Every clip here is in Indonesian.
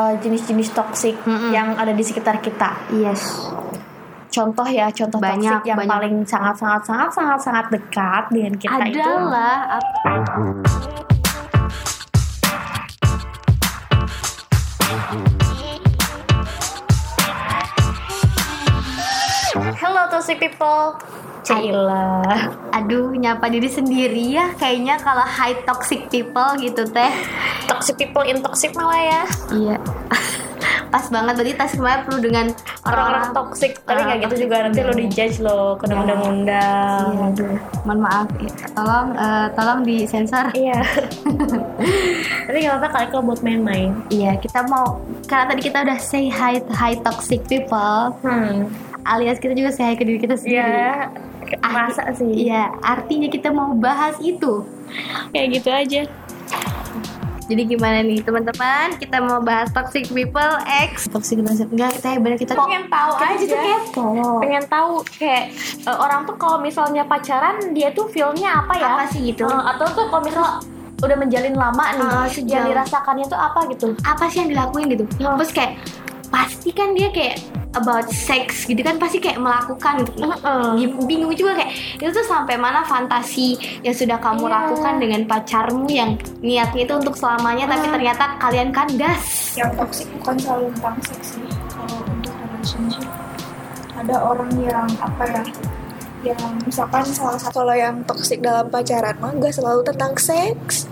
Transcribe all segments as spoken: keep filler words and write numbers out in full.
uh, jenis-jenis toksik mm-hmm. yang ada di sekitar kita. Yes. Contoh ya, contoh banyak, toksik yang banyak. paling sangat-sangat-sangat-sangat-sangat dekat dengan kita adalah, itu adalah Hello toxic people. Cila. Aduh, nyapa diri sendiri ya kayaknya kalau high toxic people gitu teh. Toxic people in toxic malah ya. Iya. Pas banget, berarti toxic malah perlu dengan orang-orang toxic. Tapi nggak gitu juga, nanti lo dijudge lo, kena undang-undang. Iya, aduh. Mohon maaf. Ya, tolong, uh, tolong disensor. Iya. Tapi nggak apa-apa kali kalau buat main-main. Iya, kita mau karena tadi kita udah say hi to high toxic people. Hmm. Alias kita juga say hi ke diri kita sendiri. Iya. Masa sih? Iya, artinya kita mau bahas itu. Kayak gitu aja. Jadi gimana nih teman-teman? Kita mau bahas toxic people X. Toxic relationship enggak, kita benar kita pengen tahu kita aja. Kita kepo. Pengen tahu kayak uh, orang tuh kalau misalnya pacaran dia tuh feel-nya apa ya? Apa sih gitu? Uh, atau tuh kalau misalnya udah menjalin lama nih, uh, yang dirasakannya tuh apa gitu? Apa sih yang dilakuin gitu? Uh. Terus kayak pasti kan dia kayak about sex gitu kan, pasti kayak melakukan gitu. Uh-uh. Bingung juga kayak itu tuh sampai mana fantasi yang sudah kamu yeah. lakukan dengan pacarmu yang niatnya itu untuk selamanya uh. tapi ternyata kalian kandas. Yang toksik bukan selalu tentang seks sih. Kalau untuk relationship ada orang yang apa ya, yang misalkan salah satu kalau yang toksik dalam pacaran mah gak selalu tentang seks.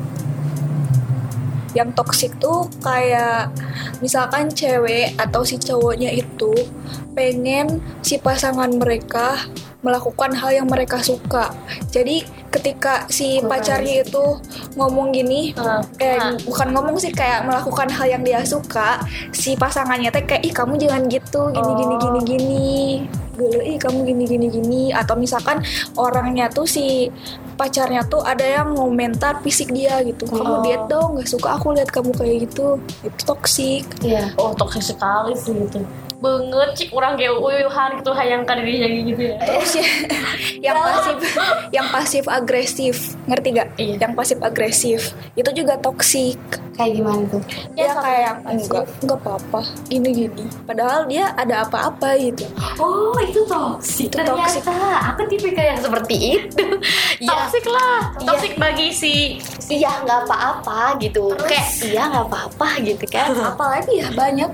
Yang toksik tuh kayak misalkan cewek atau si cowoknya itu pengen si pasangan mereka melakukan hal yang mereka suka. Jadi ketika si pacarnya itu ngomong gini, uh, eh uh. bukan ngomong sih, kayak melakukan hal yang dia suka, si pasangannya teh kayak ih kamu jangan gitu, gini oh. gini gini gini. Dulu ih kamu gini gini gini, atau misalkan orangnya tuh si pacarnya tuh ada yang ngomentar fisik dia gitu, kamu oh. diet dong, nggak suka aku lihat kamu kayak gitu, itu toksik. Iya. Oh toksik sekali sih itu. Banget cik orang kayak uyuhan gitu hayangkan dirinya gitu ya. Terus ya, yang pasif, yang pasif agresif, ngerti gak? Iya. Yang pasif agresif itu juga toksik. Kayak gimana tuh? Dia ya, kayak enggak, enggak apa-apa, ini gini. Padahal dia ada apa-apa gitu. Oh itu toksik. Itu toksik. Ternyata aku tipikal yang seperti itu. Toksik lah. Toksik bagi si iya nggak apa-apa gitu. Terus, kayak iya nggak apa-apa gitu kan. Apalagi ya banyak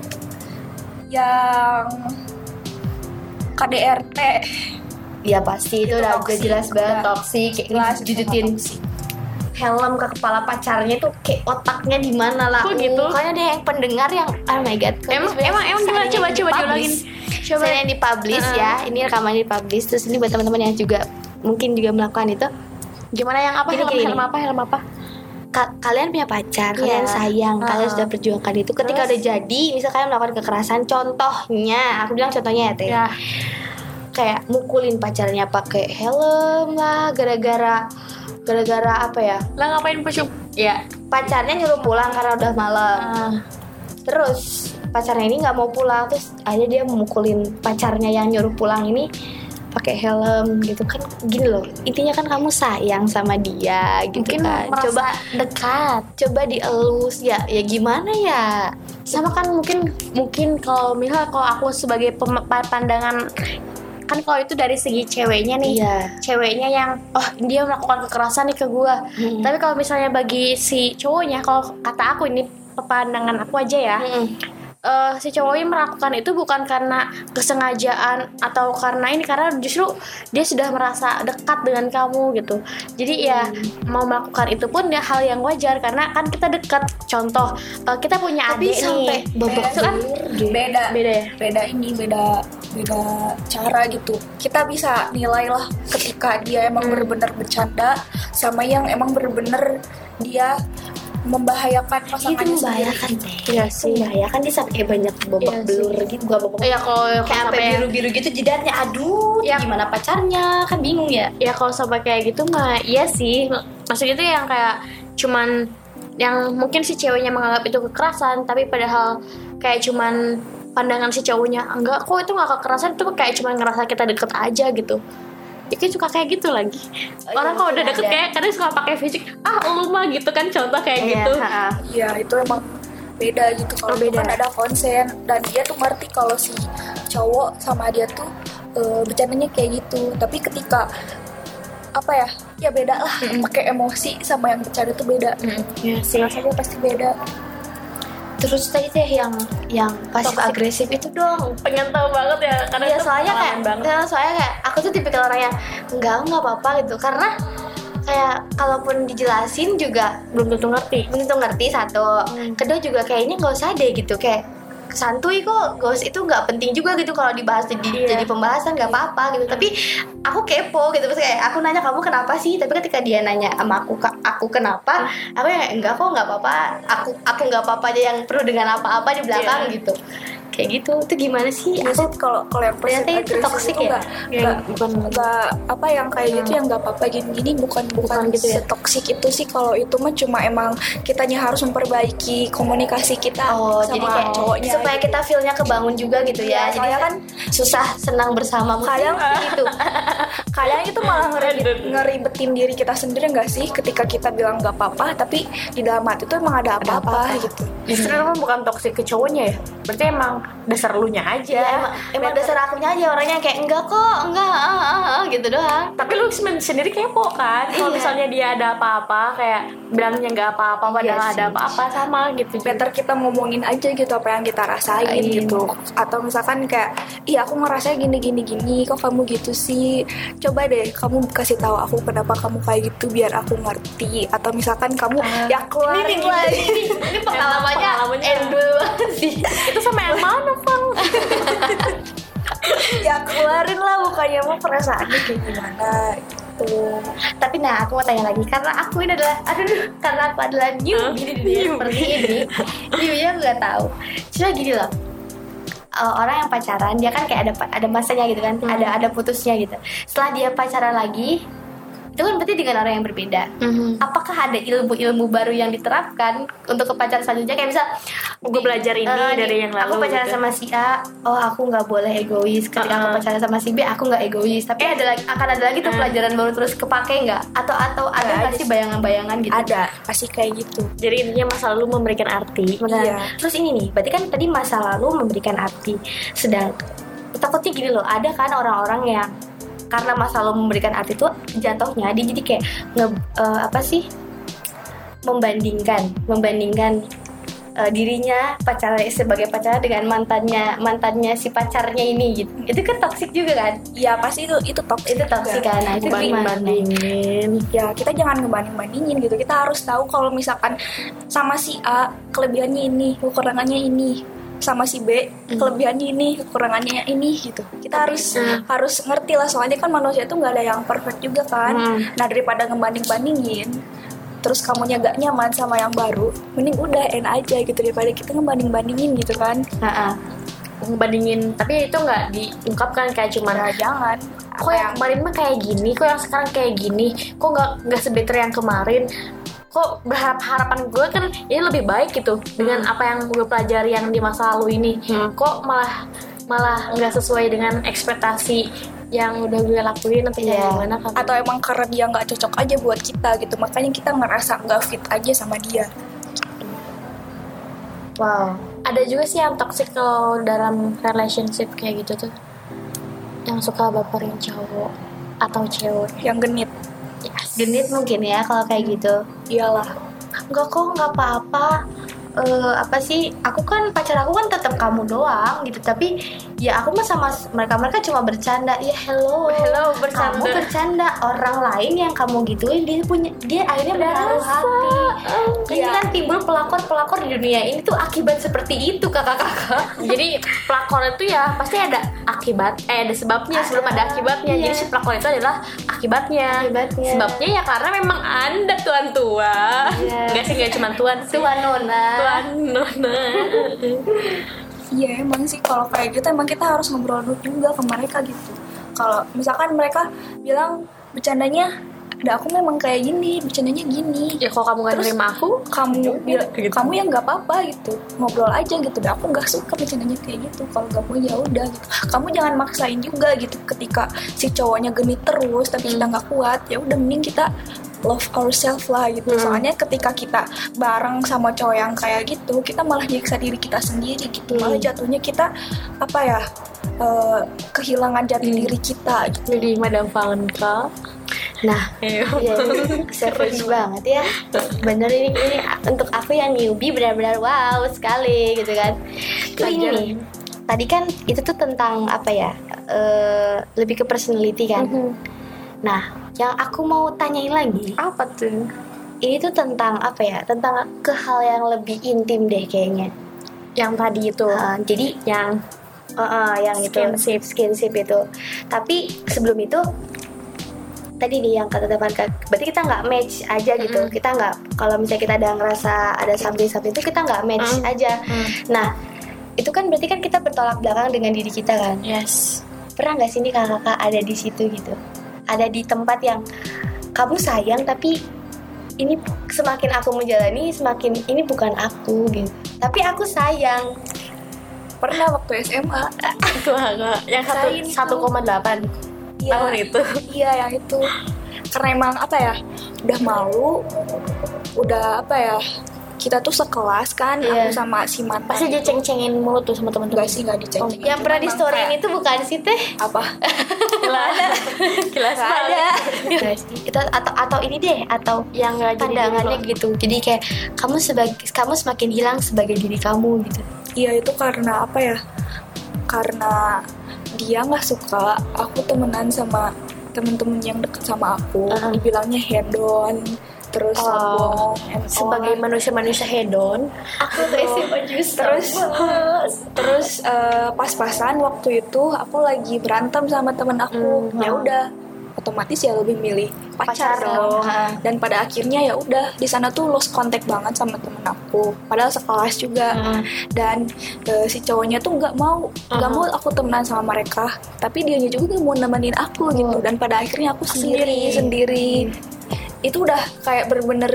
yang K D R T. Ya pasti itu, itu udah toksik, jelas banget toksik, kayak jujutin helm ke kepala pacarnya tuh kayak otaknya di mana lah. Kok gitu? Kayaknya ada yang pendengar yang oh my god. Emang emang emang gimana, coba coba diulangin. Coba yang dipublish uh-huh. ya. Ini rekamannya dipublish, terus ini buat teman-teman yang juga mungkin juga melakukan itu. Gimana yang apa? Helm, helm apa? Helm apa? Ka- kalian punya pacar, yeah. kalian sayang, uh-huh. kalian sudah perjuangkan itu. Ketika terus, udah jadi, misal kalian melakukan kekerasan, contohnya, aku bilang contohnya ya teh, yeah. kayak mukulin pacarnya pakai helm lah, gara-gara, gara-gara apa ya? Lah ngapain push? Ya, pacarnya nyuruh pulang karena udah malam. Uh. Terus pacarnya ini nggak mau pulang, terus akhirnya dia memukulin pacarnya yang nyuruh pulang ini pakai helm gitu kan. Gini loh, intinya kan kamu sayang sama dia gitu. Mungkin kan, coba dekat, coba dielus ya, ya gimana ya, sama kan mungkin mungkin kalau misal kalau aku sebagai pem- pandangan kan, kalau itu dari segi ceweknya nih, iya. ceweknya yang oh dia melakukan kekerasan nih ke gue, hmm. tapi kalau misalnya bagi si cowoknya, kalau kata aku ini pandangan aku aja ya, hmm. Uh, si cowoknya melakukan itu bukan karena kesengajaan atau karena ini, karena justru dia sudah merasa dekat dengan kamu gitu. Jadi ya hmm. mau melakukan itu pun ya hal yang wajar karena kan kita dekat. Contoh uh, kita punya adik nih, beda, kan beda, beda ya, beda ini beda beda cara gitu. Kita bisa nilai lah ketika dia emang hmm. benar-benar bercanda sama yang emang benar-benar dia membahayakan pasangannya. Itu membahayakan deh. Iya sih. Membahayakan dia sampai banyak babak iya belur sih. Gitu, gak babak. Iya kalau kayak sampai biru-biru gitu jidatnya, aduh, ya. Gimana pacarnya? Kan bingung ya. Ya kalau sampai kayak gitu mah iya sih. Maksudnya itu yang kayak cuman yang mungkin si ceweknya menganggap itu kekerasan, tapi padahal kayak cuman pandangan si cowoknya enggak kok itu enggak kekerasan, itu kayak cuman ngerasa kita deket aja gitu. Ya kan suka kayak gitu lagi. Oh, orang kalau udah deket ada. Kayak kadang suka pakai fisik, ah lu mah gitu kan, contoh kayak iya, gitu. Iya itu emang beda gitu. Kalau Oh, itu beda. kan ada konsen dan dia tuh ngerti kalau si cowok sama dia tuh uh, bercandanya kayak gitu. Tapi ketika apa ya, ya beda lah. Mm-mm. Pakai emosi sama yang bercanda tuh beda. Iya sih. Rasanya pasti beda. Terus tadi teh yang yang pasif Toxic. agresif itu dong. Pengen tahu banget ya karena Iya itu soalnya kayak, pengalaman banget. ya, soalnya kayak aku tuh tipikal orang yang enggak enggak apa-apa gitu karena kayak kalaupun dijelasin juga Belum tentu ngerti. belum tentu ngerti satu. Hmm. Kedua juga kayaknya nggak usah deh gitu kayak santuy kok, ghost itu nggak penting juga gitu kalau dibahas jadi, Iya. jadi pembahasan nggak apa-apa gitu. Tapi aku kepo gitu, terus kayak aku nanya kamu kenapa sih? Tapi ketika dia nanya sama aku, "Ka- aku kenapa?" Aku ya enggak kok nggak apa-apa. Aku aku nggak apa-apa aja yang perlu dengan apa-apa di belakang Iya. gitu. Kayak gitu. Itu gimana sih? Iya Aku sih, kalau kalau yang Ternyata pasif itu agresif toxic itu ya? nggak Ya, nggak bukan. nggak apa yang kayak gitu yang nggak apa-apa gini-gini bukan bukan, Bukan gitu ya? setoksik itu sih. Kalau itu mah cuma emang kitanya harus memperbaiki komunikasi kita Oh, sama jadi kayak cowoknya. supaya kita feel-nya kebangun juga gitu ya. Iya, Jadi soalnya kan susah senang bersama mungkin Kadang- gitu. Kadang itu malah ngeri- Random. ngeribetin diri kita sendiri nggak sih ketika kita bilang nggak apa-apa tapi di dalam hati itu emang ada apa-apa gitu. Justru emang bukan toksik ke cowoknya ya. Berarti emang dasar lunya aja. Ya, emang, emang dasar akunya aja orangnya kayak enggak kok, enggak, ah, ah, ah, gitu doang. Tapi lu sen- sendiri kepo kan. Kalau Iya. misalnya dia ada apa-apa kayak bilangnya nggak apa-apa padahal Iya ada sih. apa-apa sama gitu. Better kita ngomongin aja gitu apa yang kita rasain Rasain. gitu. Atau misalkan kayak, iya aku ngerasa gini gini gini, kok kamu gitu sih? Coba deh kamu kasih tahu aku kenapa kamu kayak gitu biar aku ngerti. Atau misalkan kamu ya keluarin Ini, lagi. ini, ini pengalamannya Pengalamannya. endul banget sih. Itu sama yang mana, Fang? Ya keluarin lah, bukannya mau perasaannya kayak gimana gitu. Tapi nah aku mau tanya lagi karena aku ini adalah aduh karena aku adalah newbie di dunia seperti ini. Newbie aku nggak tahu. Cuma gini loh. Uh, orang yang pacaran dia kan kayak ada ada masanya gitu kan, ada ada putusnya gitu. Setelah dia pacaran lagi, itu kan berarti dengan orang yang berbeda. Apakah ada ilmu-ilmu baru yang diterapkan untuk ke pacaran selanjutnya? Kayak misal Gue belajar ini eh, dari nih, yang lalu. aku pacaran gitu. sama si A, oh aku nggak boleh egois. Ketika aku Uh-uh. pacaran sama si B, aku nggak egois. Tapi ada lagi, akan ada lagi tuh Uh. pelajaran baru terus kepake nggak? Atau atau ada Nggak nggak ada sih sih. bayangan-bayangan gitu? Ada pasti kayak gitu. Jadi intinya masa lalu memberikan arti. Benar. Iya. Terus ini nih, berarti kan tadi masa lalu memberikan arti. Sedang takutnya gini loh, ada kan orang-orang yang karena masa lalu memberikan arti itu jatuhnya dia jadi kayak nge, eh, apa sih membandingkan, membandingkan eh, dirinya pacar sebagai pacar dengan mantannya mantannya si pacarnya ini gitu. Itu kan toksik juga kan? Ya pasti itu itu toxic. Itu toksik kan? Nah, itu gimana? Banding-bandingin. Ya kita jangan ngebanding-bandingin gitu. Kita harus tahu kalau misalkan sama si A kelebihannya ini, kekurangannya ini. Sama si B kelebihannya ini, kekurangannya ini gitu. Kita harus Hmm. harus ngerti lah, soalnya kan manusia itu nggak ada yang perfect juga kan. Hmm. Nah daripada ngebanding-bandingin, terus kamunya gak nyaman sama yang baru, mending udah end aja gitu daripada kita ngebanding-bandingin gitu kan. Heeh. Ngebandingin, tapi itu nggak diungkapkan kayak cuman Nah jangan. kok yang kemarin mah kayak gini, kok yang sekarang kayak gini, kok nggak nggak sebetter yang kemarin, kok berharap harapan gue kan ini lebih baik gitu dengan apa yang gue pelajari yang di masa lalu ini, Hmm. kok malah malah nggak sesuai dengan ekspektasi yang udah gue lakuin atau Iya. gimana kan? Atau emang karena dia nggak cocok aja buat kita gitu, makanya kita ngerasa nggak fit aja sama dia. Wow, ada juga sih yang toxic kalau dalam relationship kayak gitu tuh, yang suka baperin cowok atau cewek. Yang genit, Yes. Genit mungkin ya kalau kayak gitu. iyalah. Enggak kok, nggak apa-apa. Eh, apa sih? Aku kan pacar aku kan tetap kamu doang gitu. Tapi ya aku mah sama mereka mereka cuma bercanda. Ya hello, Hello, bercanda. Kamu bercanda. Orang lain yang kamu gituin dia punya dia akhirnya menaruh hati. Jadi Iya. kan timbul pelakor-pelakor di dunia ini tuh akibat seperti itu kakak-kakak. Jadi pelakor itu ya pasti ada akibat, eh ada sebabnya sebelum ada akibatnya. Iya. Jadi si pelakor itu adalah akibatnya. Akibatnya. Sebabnya ya karena memang Anda tuan tua. Iya. Gak sih, gak cuma tuan sih. Tuan Nona. Tuan nona. Iya emang sih kalau kayak gitu emang kita harus ngobrol dulu juga ke mereka gitu. Kalau misalkan mereka bilang bercandanya, "Ada aku memang kayak gini, bercandanya gini." Ya kalau kamu gak Terus nerima aku, kamu bil- gitu. kamu yang nggak apa-apa gitu, ngobrol aja gitu. "Dah aku nggak suka bercandanya kayak gitu." Kalau nggak mau ya udah gitu. Kamu jangan maksain juga gitu. Ketika si cowoknya genit terus tapi kita nggak kuat, ya udah mending kita love ourselves lah gitu. Hmm. Soalnya ketika kita bareng sama cowok yang kayak gitu, kita malah nyiksa diri kita sendiri gitu. Hmm. Malah jatuhnya kita apa ya uh, kehilangan jati hmm. diri kita gitu. Jadi Madam Valenka. Nah, ya, serius banget ya. Bener ini, ini untuk aku yang newbie benar-benar wow sekali gitu kan. Tuh ini nih, tadi kan itu tuh tentang apa ya? Uh, lebih ke personality kan. Mm-hmm. Nah, yang aku mau tanyain lagi, apa tuh? Ini tuh tentang apa ya? Tentang ke hal yang lebih intim deh kayaknya. Yang tadi itu. Uh, jadi yang uh, uh, yang skinship. itu skinship itu. Tapi sebelum itu tadi nih yang kata teman Kak, berarti kita nggak match aja gitu. Mm-hmm. Kita nggak, kalau misalnya kita ada ngerasa ada something-something itu kita nggak match mm-hmm. aja. Mm-hmm. Nah, itu kan berarti kan kita bertolak belakang dengan diri kita kan. Yes. Pernah nggak sih nih kakak ada di situ gitu? Ada di tempat yang kamu sayang tapi ini semakin aku menjalani semakin ini bukan aku gitu. Tapi aku sayang. Pernah waktu S M A. Itu agak yang satu koma delapan tahun itu. Iya yang itu. Karena emang apa ya? Udah malu. Udah apa ya? Kita tuh sekelas kan, iya. Aku sama si mantan. Pasti dia ceng-cengin mulut tuh sama teman-teman. Enggak sih, enggak diceng-cengin. Oh, yang pernah di storyin itu bukan sih teh? Apa? Jelas ada. Jelas ada. Itu atau atau ini deh, atau yang enggak pandangannya gitu. Jadi kayak kamu sebagai kamu semakin hilang sebagai diri kamu gitu. Iya, itu karena apa ya? Karena dia enggak suka aku temenan sama temen-temen yang deket sama aku. Uh-huh. Dibilangnya hedon. Terus oh, sebagai manusia-manusia hedon, aku tuh S M A justru. Terus terus uh, pas-pasan waktu itu aku lagi berantem sama temen aku. Hmm, ya udah, otomatis ya lebih milih pacar, pacar dong. Ha. Dan pada akhirnya ya udah di sana tuh lost contact banget sama temen aku. Padahal sekelas juga. Hmm. Dan uh, si cowoknya tuh nggak mau, nggak uh-huh. mau aku temenan sama mereka. Tapi dianya juga gak mau nemenin aku oh. gitu. Dan pada akhirnya aku sendiri sendiri. Hmm. Itu udah kayak bener-bener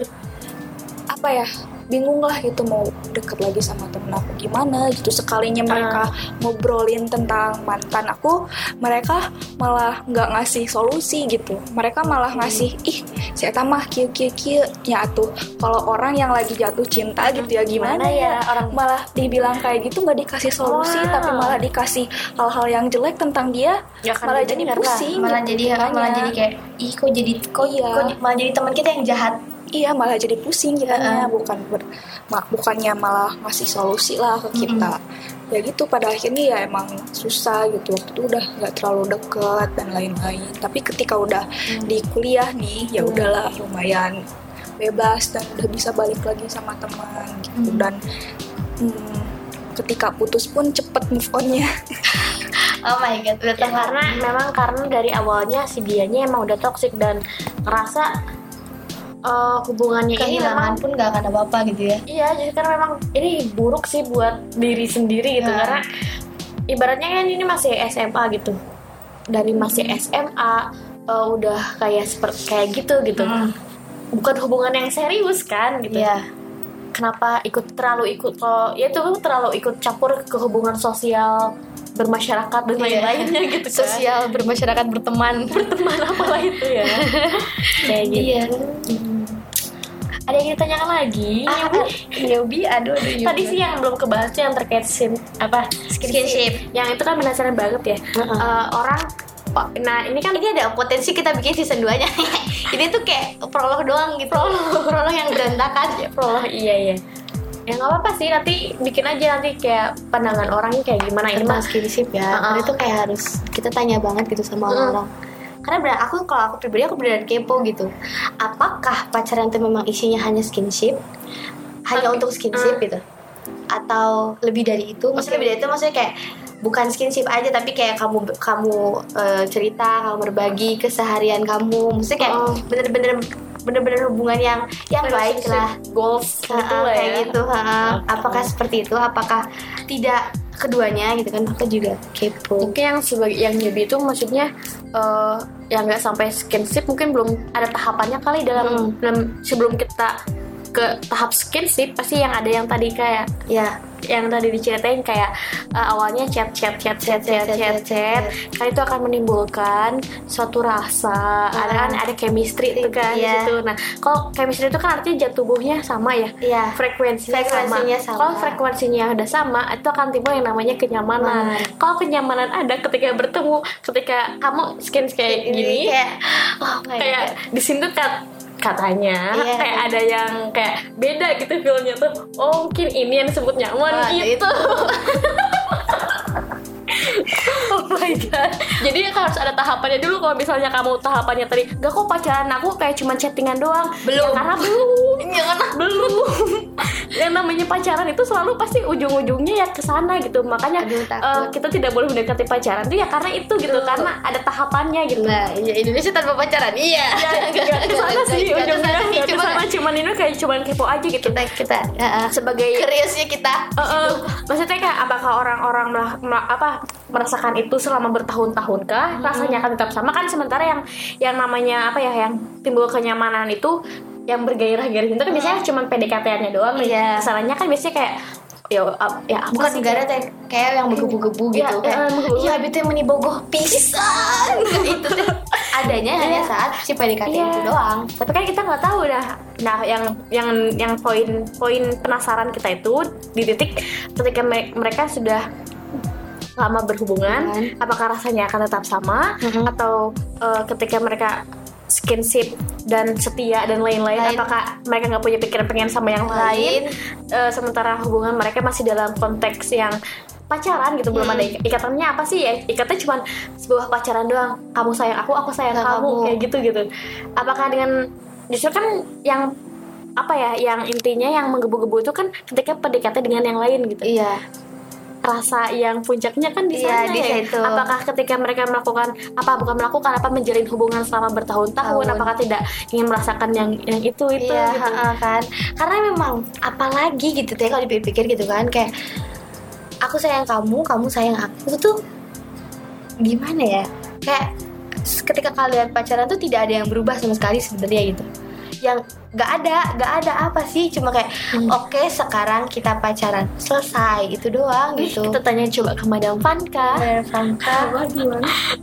apa ya, bingung lah gitu mau deket lagi sama temen aku gimana gitu. Sekalinya mereka uh. ngobrolin tentang mantan aku, mereka malah nggak ngasih solusi gitu. Mereka malah ngasih ih si eta mah kieu kieu kieu ya tuh. Kalau orang yang lagi jatuh cinta gitu ya gimana, gimana ya, ya orang malah dibilang kayak gitu, nggak dikasih solusi wow. tapi malah dikasih hal-hal yang jelek tentang dia, ya kan, malah jadi pusing malah gitu, jadi makanya. malah jadi kayak ih kok jadi kok, iya. kok malah jadi teman kita yang jahat. Iya, malah jadi pusing kitanya, uh-uh. bukan ber, ma, bukannya malah ngasih solusi lah ke kita. Mm-hmm. Ya gitu, pada akhirnya ya emang susah gitu. Waktu itu udah nggak terlalu deket dan lain-lain. Tapi ketika udah mm. di kuliah nih, ya udahlah lumayan bebas dan udah bisa balik lagi sama teman gitu. Mm. Dan hmm, ketika putus pun cepet move on-nya. Oh my god, udah ya, karena memang karena dari awalnya si dianya emang udah toksik dan ngerasa Uh, hubungannya ini memang pun gak akan apa-apa gitu ya. Iya, jadi karena memang ini buruk sih buat diri sendiri gitu. Nah. Karena ibaratnya kan ini masih S M A gitu. Dari masih S M A uh, udah kayak seperti kayak gitu gitu. Hmm. Bukan hubungan yang serius kan gitu. Iya. Kenapa ikut terlalu ikut kalau ya itu terlalu ikut campur ke hubungan sosial bermasyarakat dan lain-lainnya gitu kan. Sosial bermasyarakat berteman berteman apalah itu ya. Kayak gitu. Iya. Hmm. Ada yang ditanyakan lagi? Ah, Yobi, aduh, aduh Yobi. Tadi sih yang belum kebahas tuh yang terkait sim, apa skinship. skinship. Yang itu kan penasaran banget ya. Uh-huh. Uh, orang nah ini kan ini ada potensi kita bikin season dua-nya. Ini tuh kayak prolog doang gitu. Prolog, prolog yang berantakan ya. Prolog, iya iya. Ya nggak apa-apa sih, nanti bikin aja nanti kayak pandangan orangnya kayak gimana. Ini mah skinship ya. Uh-uh. Itu kayak harus kita tanya banget gitu sama uh-uh. orang. Karena benar aku kalau aku pribadi aku beneran kepo gitu. Apakah pacaran itu memang isinya hanya skinship? Hanya okay. untuk skinship uh. gitu? Atau lebih dari itu? Maksudnya okay. lebih dari itu maksudnya kayak bukan skinship aja tapi kayak kamu kamu uh, cerita, kamu berbagi keseharian kamu. Maksudnya kayak oh. bener-bener bener-bener hubungan yang yang baik lah, goals gitu uh, lah kayak ya. gitu. Uh, apakah seperti itu? Apakah tidak keduanya gitu kan? Aku juga kepo. Mungkin yang sebagai yang newbie itu maksudnya uh, yang nggak sampai skinship, mungkin belum ada tahapannya kali dalam, hmm. dalam sebelum kita ke tahap skinship pasti yang ada yang tadi kayak Ya, yang tadi diceritain kayak uh, awalnya chat chat chat chat chat chat chat kan itu akan menimbulkan suatu rasa, ada kan ada chemistry itu kan di Iya. situ. Nah, kalau chemistry itu kan artinya zat tubuhnya sama ya, Iya. frekuensinya, Frekuensinya sama. sama. Kalau frekuensinya udah sama, itu akan timbul yang namanya kenyamanan. Benar. Kalau kenyamanan ada ketika bertemu, ketika kamu skin kayak gini, kayak oh my kayak God. di sini tuh kat- katanya Iya. kayak ada yang kayak beda gitu feelnya tuh. Oh mungkin ini yang disebut nyaman. Wah, gitu. itu. Oh my god. Jadi harus ada tahapannya dulu. Kalau misalnya kamu tahapannya tadi gak kok pacaran aku kayak cuma chattingan doang. Belum. Ya, karena belum. Ya, karena belum. Yang namanya pacaran itu selalu pasti ujung-ujungnya ya ke sana gitu. Makanya Aduh, takut. eh, kita tidak boleh mendekati pacaran tuh ya karena itu gitu. Betul. Karena ada tahapannya gitu. Nah, ya Indonesia tanpa pacaran. Iya. Ya, gak kesana sih Nggak ujungnya. kesana sih, Gak cuma kesana, cuman ini kayak cuman kepo aja gitu. kita kita uh, Sebagai curiousnya kita. Uh, uh, maksudnya kayak apakah orang-orang melah- mela- apa merasakan itu selama bertahun-tahun kah? Hmm. Rasanya akan tetap sama kan, sementara yang yang namanya apa ya, yang timbul kenyamanan itu yang bergairah-gairah itu kan biasanya cuma P D K T-nya doang. Iya. Kesalahannya kan biasanya kayak ya ap- ya apa Bukan sih, negara kayak- teh kayak yang menggebu-gebu Iya, gitu iya, kayak menggebu-gebu. ya itu yang menibogoh pisan. Itu tuh adanya hanya saat si P D K T Iya. itu doang. Tapi kan kita nggak tahu dah. Nah, yang yang yang poin poin penasaran kita itu di titik ketika me- mereka sudah lama berhubungan, Hubungan. apakah rasanya akan tetap sama Mhm. atau uh, ketika mereka skinship dan setia dan lain-lain, Lain. apakah mereka nggak punya pikiran pengen sama yang lain, uh, sementara hubungan mereka masih dalam konteks yang pacaran gitu, belum Hmm. ada ik- ikatannya apa sih ya, ikatnya cuma sebuah pacaran doang, kamu sayang aku, aku sayang Sayang kamu, kamu. kayak gitu gitu. Apakah dengan justru kan yang apa ya, yang intinya yang menggebu-gebu itu kan ketika P D K T dengan yang lain gitu. Iya. Rasa yang puncaknya kan di Iya, sana di ya. situ. Apakah ketika mereka melakukan apa bukan melakukan apa menjalin hubungan selama bertahun-tahun, Tahun. apakah tidak ingin merasakan yang yang itu itu Iya, gitu. ha-ha, kan. Karena memang apalagi gitu teh kalau dipikir gitu kan kayak aku sayang kamu, kamu sayang aku itu tuh gimana ya? Kayak ketika kalian pacaran tuh tidak ada yang berubah sama sekali sebenarnya gitu. Yang nggak ada, nggak ada apa sih? Cuma kayak Hmm. oke sekarang kita pacaran, selesai itu doang gitu. Kita tanya coba ke Madam Vanka. Bener, Franka. Gimana?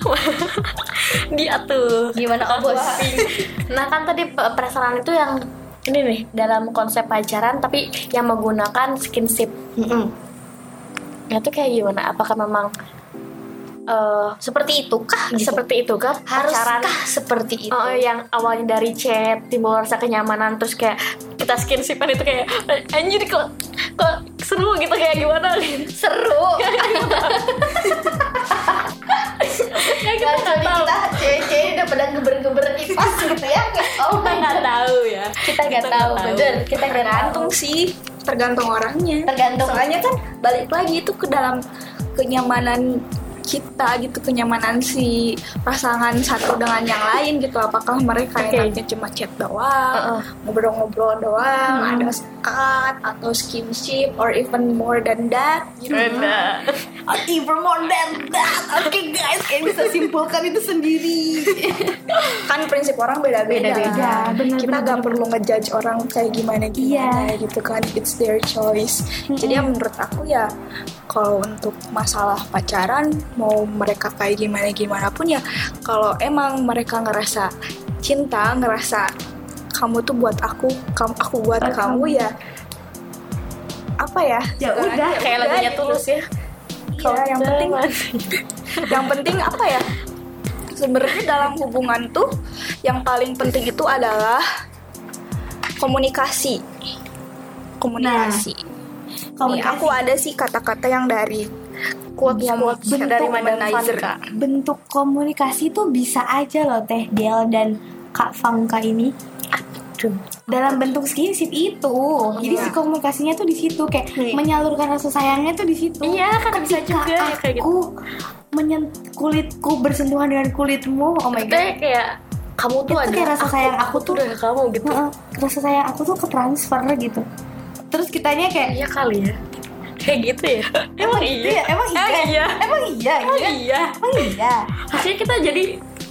Dia tuh. Gimana oh bos? Nah kan tadi pe- penasaran itu yang ini nih dalam konsep pacaran tapi yang menggunakan skinship. Mm-mm. Itu kayak gimana? Apakah memang eh, Seperti itu kah? Gitu. seperti itu kan pacaran? Haruskah seperti itu? Oh, yang awalnya dari chat timbul rasa kenyamanan, terus kayak kita skinsipan itu kayak "Eh, anjir kok kok seru gitu, kayak gimana gitu. Seru. Ya kita Kalau nggak tahu, kita cewek-cewek udah pada geber-geber kipas gitu ya. Oh kita nggak tahu ya. Kita nggak tahu, bener. Kita nggak tahu. Tergantung sih, tergantung orangnya. Tergantung. Soalnya kan balik lagi itu ke dalam kenyamanan kita gitu, kenyamanan si pasangan satu dengan yang lain gitu. Apakah mereka Oke. enaknya cuma chat doang, Uh-uh. ngobrol-ngobrol doang, Hmm. ada sekat atau skinship or even more than that gitu. Beda. Even more than that. Oke guys, kayak bisa simpulkan itu sendiri. Kan prinsip orang beda-beda. Beda-beda, bener, Kita bener, gak bener. perlu ngejudge orang kayak gimana gimana gitu kan. It's their choice. Jadi ya menurut aku ya kalau untuk masalah pacaran mau mereka kayak gimana gimana pun ya, kalau emang mereka ngerasa cinta, ngerasa kamu tuh buat aku, kamu aku buat kamu ya apa ya? Ya udah, Kayak udah lagunya gitu. Tulus ya. Iya, yang penting yang penting apa ya, sebenarnya dalam hubungan tuh yang paling penting itu adalah komunikasi komunikasi Nih, aku ada sih kata-kata yang dari quote Yang quotes bentuk dari Madam womanizer. Vanka. Bentuk komunikasi tuh bisa aja loh Teh Del dan Kak Vanka ini. Aduh. Dalam bentuk skinship itu. Jadi si komunikasinya tuh di situ kayak Nih. menyalurkan rasa sayangnya tuh di situ. Iya kan bisa Ketika juga ya, kayak gitu. aku menyen- kulitku bersentuhan dengan kulitmu. Oh my god. Kayak kayak kamu tuh Itu ada kayak rasa sayang aku tuh udah kamu gitu. Heeh, rasa sayang aku tuh ke transfer gitu. Terus kitanya kayak Iya kali ya. Kayak gitu ya. Emang iya. Iya, emang iya. Emang iya. Emang iya, Emang iya. iya. Emang iya. Maksudnya kita jadi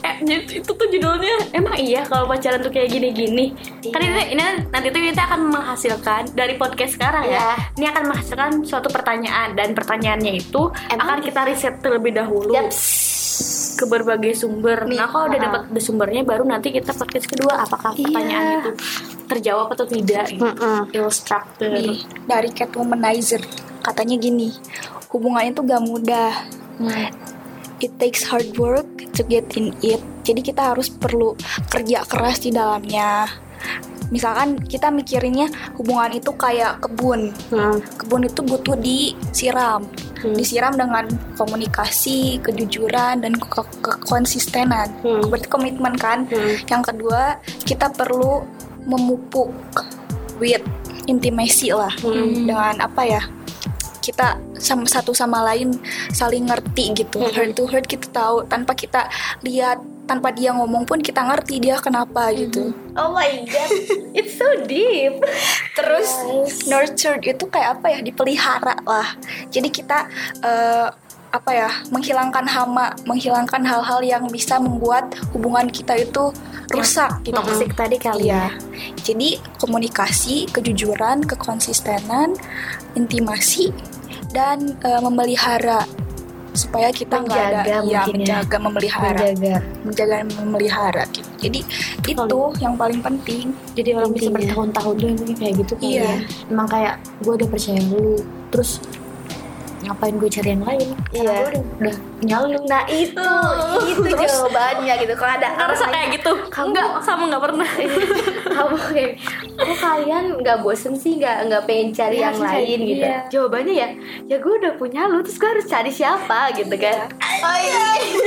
eh, itu tuh judulnya emang iya kalau pacaran tuh kayak gini-gini. Iya. Kan ini, ini nanti tuh kita akan menghasilkan dari podcast sekarang ya. Iya. Ini akan menghasilkan suatu pertanyaan dan pertanyaannya itu emang akan kita riset terlebih dahulu. Yep. Ke berbagai sumber. Nih, nah kalau udah uh-huh. dapat sumbernya baru nanti kita podcast kedua apakah pertanyaan Iya. itu terjawab atau tidak gitu. Mm-mm. Illustrator. Nih, dari Cat Womanizer katanya gini, hubungan itu gak mudah. Hmm. It takes hard work to get in it. Jadi kita harus perlu kerja keras di dalamnya. Misalkan kita mikirinnya hubungan itu kayak kebun. Hmm. Kebun itu butuh disiram. Hmm. Disiram dengan komunikasi, kejujuran, dan ke- kekonsistenan. Hmm. Berarti komitmen kan. Hmm. Yang kedua, kita perlu memupuk with intimacy lah. Hmm. Dengan apa ya? Kita sama satu sama lain saling ngerti gitu. Hmm. Heart to heart kita tahu tanpa kita lihat, tanpa dia ngomong pun kita ngerti dia kenapa gitu. Oh my god, it's so deep. Terus Yes. nurtured itu kayak apa ya, dipelihara lah. Jadi kita uh, apa ya, menghilangkan hama, menghilangkan hal-hal yang bisa membuat hubungan kita itu rusak gitu. Toxic tadi kali ya. Jadi komunikasi, kejujuran, kekonsistenan, intimasi, dan uh, memelihara supaya kita nggak ada Menjaga ya, mungkin ya. menjaga, memelihara, Menjaga. menjaga dan memelihara gitu. Jadi itu yang paling penting. Jadi orang bisa Intinya. bertahun-tahun tuh mungkin kayak gitu kali Iya. ya. Emang kayak gue udah percaya lu, terus ngapain gue cari yang lain? Karena Iya. gue udah, udah nyalu. Nah itu, itu jawabannya gitu. Kalau ada Terus orang kayak gitu, Kamu- enggak sama nggak pernah. kamu kayak, kok kalian nggak bosen sih, nggak nggak pengen cari Iya, yang sih, lain iya. gitu? Jawabannya ya, ya gue udah punya lu, terus gue harus cari siapa gitu kan? Oh iya.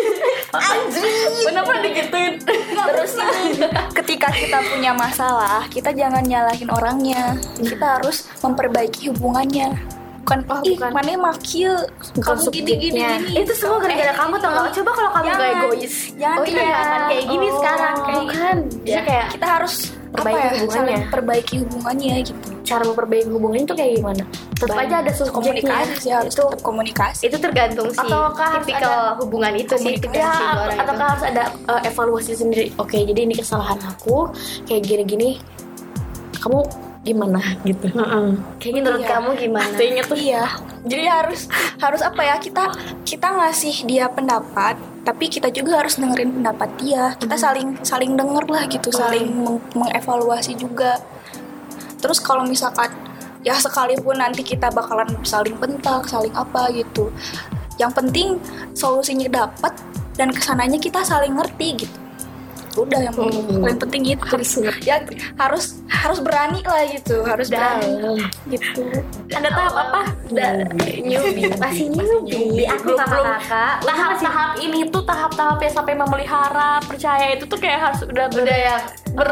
Kenapa digituin? Terus ini, ketika kita punya masalah, kita jangan nyalahin orangnya. Kita harus memperbaiki hubungannya. Bukan, Oh, ih, bukan. mana makil, Bukan kamu gini gini subjeknya. gini. Itu semua gara-gara kamu tau gak? Coba kalau kamu Jangan. gak egois, Jangan, oh iya, jangan. gak akan kayak gini Oh, sekarang. Kayak bukan. Jadi Ya. kayak Kita harus Perbaiki apa ya, hubungannya. saling perbaiki hubungannya gitu. cara memperbaiki hubungan itu kayak gimana? Tetap Baik. aja ada subjeknya. Komunikasi sih, harus itu tetap komunikasi. itu tergantung sih Ataukah harus tipikal ada hubungan itu sih, komunikasi tipikal si Ya, dua orang ataukah itu. harus ada uh, evaluasi sendiri? Oke, jadi ini kesalahan aku, kayak gini-gini. Kamu gimana gitu? Kayak menurut Iya. kamu gimana? Pastinya tuh. Iya. Jadi harus harus apa ya, kita kita ngasih dia pendapat, tapi kita juga harus dengerin pendapat dia. Kita saling saling denger lah gitu, saling meng- mengevaluasi juga. Terus kalau misalkan ya sekalipun nanti kita bakalan saling bentak, saling apa gitu, yang penting solusinya dapat dan kesananya kita saling ngerti gitu. Udah yang Hmm. paling penting itu Harus ngerti. ya harus harus berani lah gitu, harus berani gitu. Ada tahap apa? Newbie, masih newbie. Aku Belum- belum. kakak-kakak. Udah masih Tahap-tahap ini tuh tahap-tahap yang sampai memelihara percaya itu tuh kayak harus udah ber, udah yang ber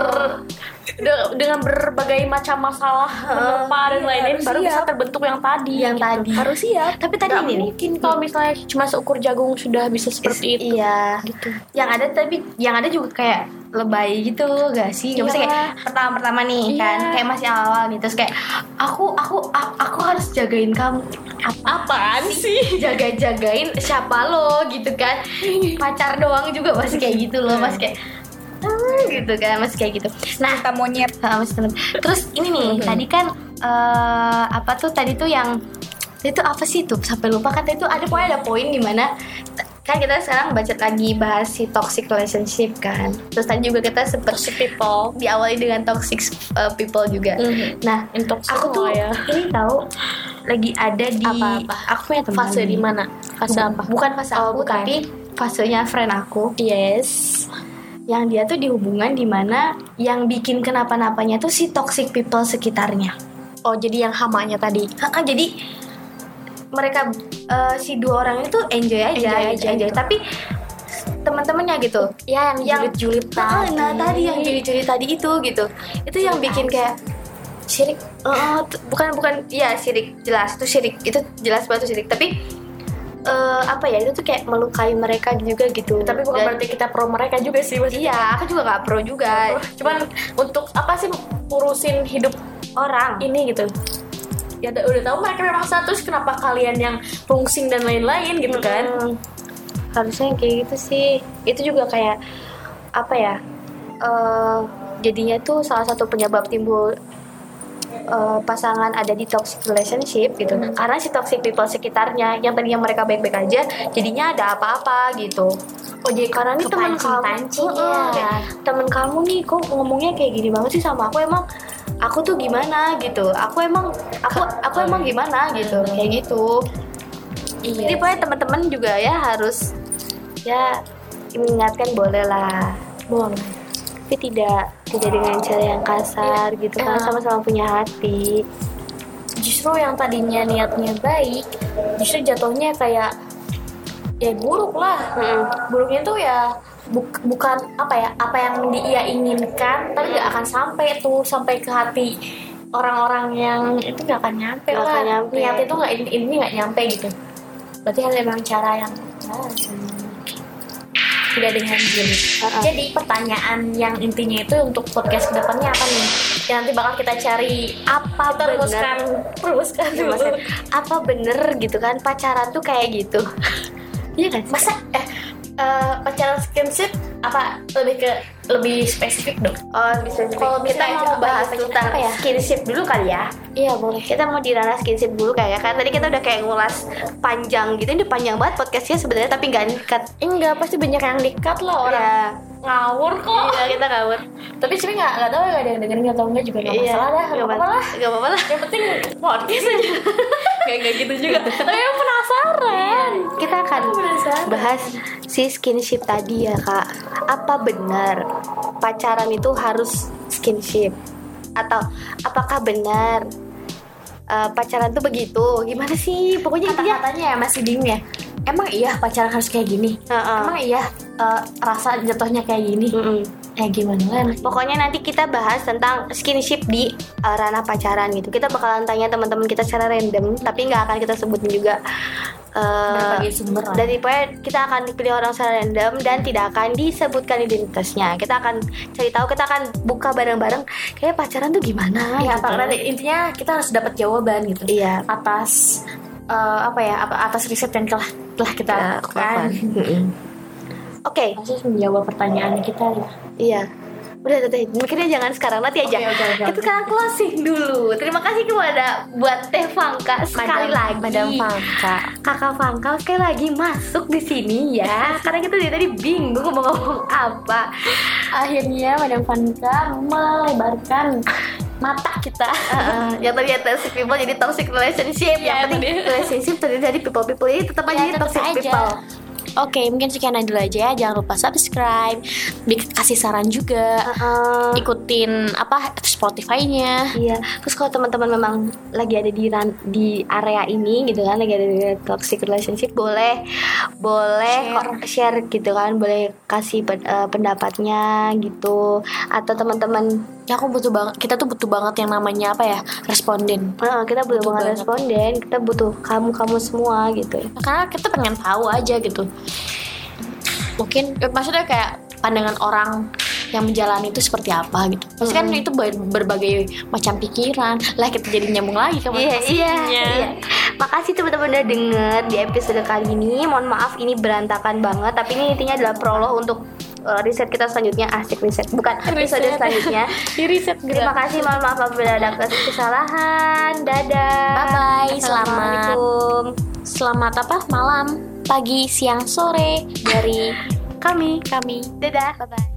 de- dengan berbagai macam masalah menerpa dan iya, lain-lain harus baru bisa siap. terbentuk yang tadi. yang gitu. tadi. Harus siap. Tapi tadi Nggak ini nih. mungkin kalau misalnya cuma seukur jagung sudah bisa seperti itu. Iya. Gitu. Yang ada tapi yang ada juga kayak lebay gitu gak sih? Iya. Maksudnya kayak pertama-pertama nih Iya. kan, kayak masih awal nih, terus kayak aku aku a- aku harus jagain kamu. Apaan sih? Jaga-jagain siapa lo gitu kan? Pacar doang juga masih kayak gitu loh, masih kayak "Ah," gitu kan, masih kayak gitu. Nah, Kita monyet. Ah, masih temen. Terus ini nih, tadi kan eh, apa tuh tadi tuh yang itu apa sih tuh? Sampai lupa kan tadi tuh ada pokoknya ada poin di mana t- kan kita sekarang baca lagi bahas si toxic relationship kan. Terus tadi juga kita sempet Toxic people. diawali dengan toxic uh, people juga. Mhm. Nah, Intoxic aku tuh lah ya. ini tahu lagi ada di Apa-apa? aku punya teman. Fase di mana? Fase bukan, apa? bukan fase Oh, aku, bukan. tapi fasenya friend aku. Yes. Yang dia tuh di hubungan dimana yang bikin kenapa-napanya tuh si toxic people sekitarnya. Oh, jadi yang hamanya tadi. Ah, jadi mereka eh, si dua orang itu enjoy aja, Enjoy aja enjoy. gitu. Tapi teman-temannya gitu. Ya, yang Yang- julid-julid Ah, tadi. nah tadi yang juri-juri tadi itu gitu. Itu yang bikin kayak syirik. Eh, t- bukan bukan ya syirik jelas itu syirik itu jelas banget itu syirik. Tapi eh, apa ya itu tuh kayak melukai mereka juga gitu. Tapi bukan Dan- berarti kita pro mereka juga sih. maksudnya. Iya, aku juga nggak pro juga. Cuman untuk apa sih urusin hidup Orang. ini gitu. Ya udah, udah tahu mereka memang status, kenapa kalian yang pungsing dan lain-lain gitu kan. Hmm. harusnya kayak gitu sih. Itu juga kayak apa ya, uh, jadinya tuh salah satu penyebab timbul uh, pasangan ada di toxic relationship gitu. hmm. Karena si toxic people sekitarnya yang tadinya mereka baik-baik aja, jadinya ada apa-apa gitu. Oh jadi karena nih teman kamu, uh, ya. teman kamu nih kok ngomongnya kayak gini banget sih sama aku, emang aku tuh gimana gitu, aku emang aku aku emang gimana gitu, kayak gitu. Iya. Jadi pokoknya teman-teman juga ya harus ya mengingatkan, boleh lah, boleh, tapi tidak tidak dengan cara yang kasar iya. gitu, karena sama-sama punya hati. Justru yang tadinya niatnya baik, justru jatuhnya kayak ya buruk lah. hmm. Buruknya tuh ya buk, bukan apa ya apa yang dia inginkan, tapi nggak akan sampai tuh sampai ke hati orang-orang yang itu, nggak akan nyampe gak lah akan nyampe. Niat itu nggak ini ini nggak nyampe gitu. Berarti harus emang cara yang oh, tidak dengan gini. Uh-uh. Jadi pertanyaan yang intinya itu untuk podcast kedepannya apa nih? Ya nanti bakal kita cari apa kita rumuskan, rumuskan dulu. Apa bener gitu kan pacaran tuh kayak gitu? Iya kan? Masa eh uh, pacaran skinship apa lebih ke lebih spesifik dong? Oh bisa. Kalau kita mau bahas tentang ya? Skinship dulu kali ya? Iya boleh. Kita mau di ranah skinship dulu kayak kan tadi kita udah kayak ngulas panjang gitu, ini panjang banget podcastnya sebenarnya tapi nggak dikat. Enggak, pasti banyak yang dikat loh orang. Ya. Ngawur kok. Iya kita ngawur. Tapi sebenarnya nggak nggak tahu nggak ada yang dengerin atau enggak juga nggak masalah dah. Nggak apa-apa lah. Nggak apa-apa lah. Yang penting podcast aja. Kayak nggak gitu juga. Tapi yang penasaran. Kita akan bahas si skinship tadi ya kak. Apa benar pacaran itu harus skinship? Atau apakah benar uh, pacaran tuh begitu? Gimana sih? Pokoknya kata-katanya ya masih bingung ya. Emang iya pacaran harus kayak gini? Uh-uh. Emang iya uh, rasa jatuhnya kayak gini? Uh-uh. Eh gimana kan? Pokoknya nanti kita bahas tentang skinship di uh, ranah pacaran gitu. Kita bakalan tanya teman-teman kita secara random, tapi nggak akan kita sebutin juga. Uh, berbagai sumber lah. Dari pokoknya kita akan dipilih orang secara random dan tidak akan disebutkan identitasnya. Kita akan cari tahu, kita akan buka bareng-bareng kayak pacaran tuh gimana ya, gitu. Karena intinya kita harus dapat jawaban gitu. Iya. Atas uh, apa ya? Atas riset yang telah telah kita lakukan. Oke. Okay. Harus menjawab pertanyaan kita ya. Iya. Udah, udah, mikirnya jangan sekarang, nanti aja. Okay, okay, okay, kita sekarang closing dulu. Terima kasih kepada buat Teh Fangka sekali Madam, lagi. Madam Fangka, Kakak Fangka sekali lagi masuk di sini ya. Karena kita dari tadi bingung mau ngomong apa. Akhirnya Madam Fangka melebarkan mata kita. Uh, yang tadi toxic people jadi toxic relationship. Ya, yang penting relationship tadi dari people people ini tetap aja ya, toxic aja. People. Oke, okay, mungkin sekian dulu aja ya. Jangan lupa subscribe, kasih saran juga, uh-uh. ikutin apa Spotify-nya. Iya. Terus kalau teman-teman memang lagi ada di ran- di area ini gitu kan, lagi ada di toxic relationship, boleh boleh share, kok, share gitu kan, boleh kasih uh, pendapatnya gitu. Atau teman-teman, ya aku butuh banget, kita tuh butuh banget yang namanya apa ya, responden. Uh, kita butuh, butuh banget, banget responden. Kita butuh kamu-kamu semua gitu. Karena kita pengen tahu aja gitu. Mungkin maksudnya kayak pandangan orang yang menjalani itu seperti apa gitu. Pasti kan hmm. itu berbagai macam pikiran. Lah kita jadi nyambung lagi ke iya, iya, iya. Makasih teman-teman udah denger di episode kali ini. Mohon maaf ini berantakan banget, tapi ini intinya adalah prolog untuk uh, riset kita selanjutnya. Asik riset, bukan episode selanjutnya. Di riset. Terima kasih, mohon maaf apabila ada kesalahan. Dadah. Bye bye. Selamat. Selamat apa? Malam, pagi, siang, sore dari kami. Kami. Dadah. Bye bye.